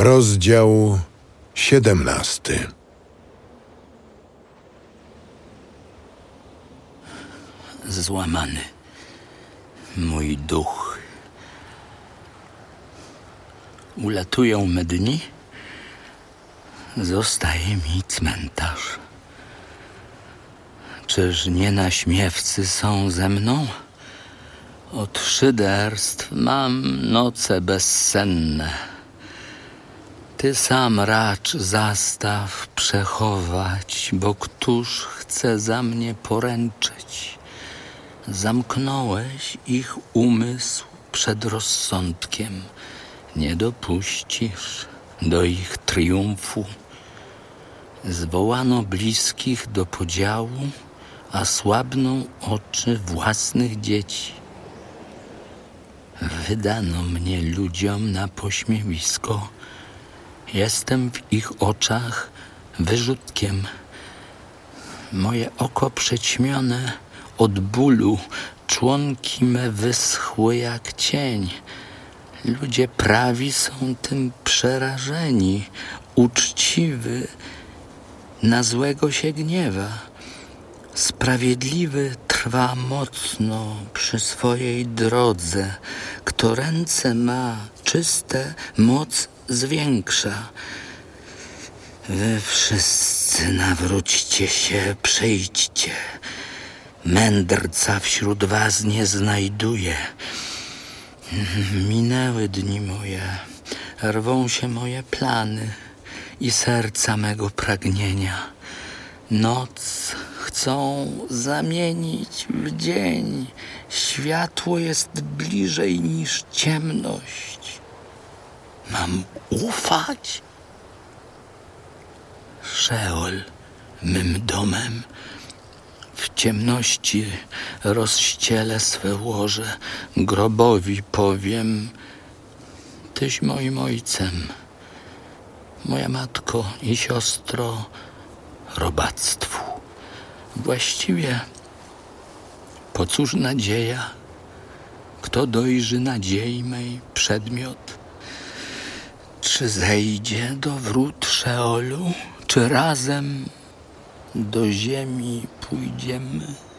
Rozdział 17. Złamany mój duch. Ulatują me dni, zostaje mi cmentarz. Czyż nie naśmiewcy są ze mną? Od szyderstw mam noce bezsenne. Ty sam racz zastaw przechować, bo któż chce za mnie poręczyć? Zamknąłeś ich umysł przed rozsądkiem. Nie dopuścisz do ich triumfu. Zwołano bliskich do podziału, a słabną oczy własnych dzieci. Wydano mnie ludziom na pośmiewisko. Jestem w ich oczach wyrzutkiem. Moje oko przećmione od bólu, członki me wyschły jak cień. Ludzie prawi są tym przerażeni. Uczciwy na złego się gniewa. Sprawiedliwy trwa mocno przy swojej drodze. Kto ręce ma czyste, moc zwiększa. Wy wszyscy nawróćcie się, przyjdźcie. Mędrca wśród was nie znajduję. Minęły dni moje, rwą się moje plany i serca mego pragnienia. Noc chcą zamienić w dzień. Światło jest bliżej niż ciemność. Mam ufać? Szeol mym domem. W ciemności rozścielę swe łoże. Grobowi powiem: Tyś moim ojcem, moja matko i siostro, robactwu. Właściwie po cóż nadzieja? Kto dojrzy nadziei mej przedmiot? Czy zejdzie do wrót Szeolu? Czy razem do ziemi pójdziemy?